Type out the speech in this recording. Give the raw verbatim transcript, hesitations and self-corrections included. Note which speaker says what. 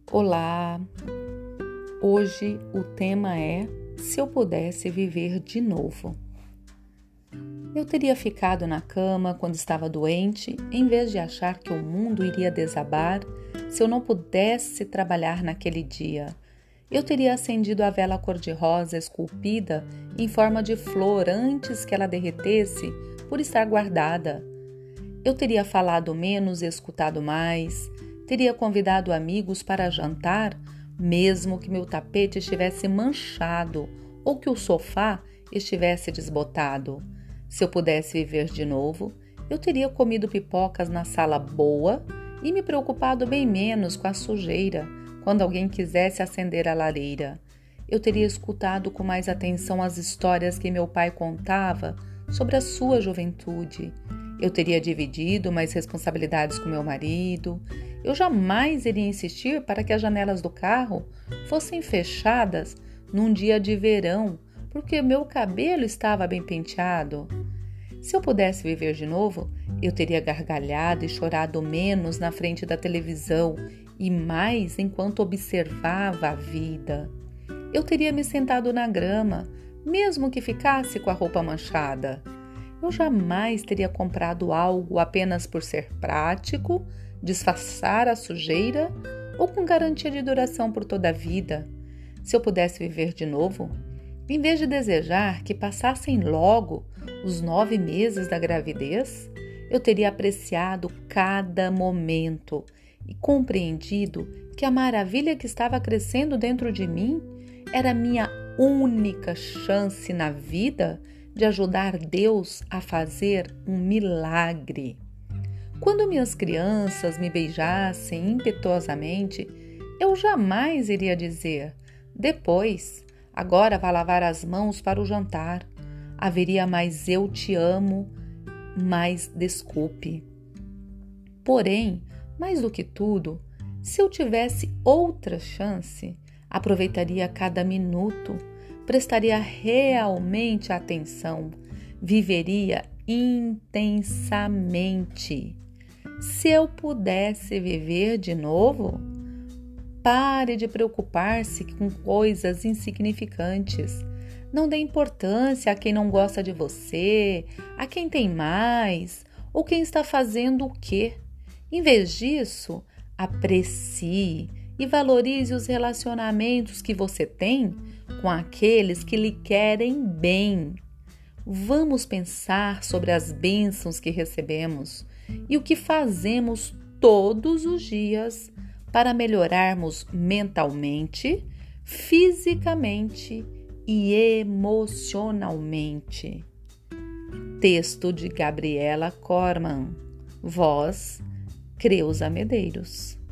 Speaker 1: Olá! Hoje o tema é se eu pudesse viver de novo. Eu teria ficado na cama quando estava doente, em vez de achar que o mundo iria desabar se eu não pudesse trabalhar naquele dia. Eu teria acendido a vela cor-de-rosa esculpida em forma de flor antes que ela derretesse por estar guardada. Eu teria falado menos e escutado mais. Teria convidado amigos para jantar, mesmo que meu tapete estivesse manchado ou que o sofá estivesse desbotado. Se eu pudesse viver de novo, eu teria comido pipocas na sala boa e me preocupado bem menos com a sujeira quando alguém quisesse acender a lareira. Eu teria escutado com mais atenção as histórias que meu pai contava sobre a sua juventude. Eu teria dividido mais responsabilidades com meu marido. Eu jamais iria insistir para que as janelas do carro fossem fechadas num dia de verão, porque meu cabelo estava bem penteado. Se eu pudesse viver de novo, eu teria gargalhado e chorado menos na frente da televisão e mais enquanto observava a vida. Eu teria me sentado na grama, mesmo que ficasse com a roupa manchada. Eu jamais teria comprado algo apenas por ser prático, disfarçar a sujeira ou com garantia de duração por toda a vida. Se eu pudesse viver de novo, em vez de desejar que passassem logo os nove meses da gravidez, eu teria apreciado cada momento e compreendido que a maravilha que estava crescendo dentro de mim era minha única chance na vida de ajudar Deus a fazer um milagre. Quando minhas crianças me beijassem impetuosamente, eu jamais iria dizer: depois, agora vá lavar as mãos para o jantar. Haveria mais eu te amo, mais desculpe. Porém, mais do que tudo, se eu tivesse outra chance, aproveitaria cada minuto, prestaria realmente atenção, viveria intensamente. Se eu pudesse viver de novo, pare de preocupar-se com coisas insignificantes. Não dê importância a quem não gosta de você, a quem tem mais, ou quem está fazendo o quê. Em vez disso, aprecie e valorize os relacionamentos que você tem com aqueles que lhe querem bem. Vamos pensar sobre as bênçãos que recebemos e o que fazemos todos os dias para melhorarmos mentalmente, fisicamente e emocionalmente. Texto de Gabriela Corman. Voz, Creuza Medeiros.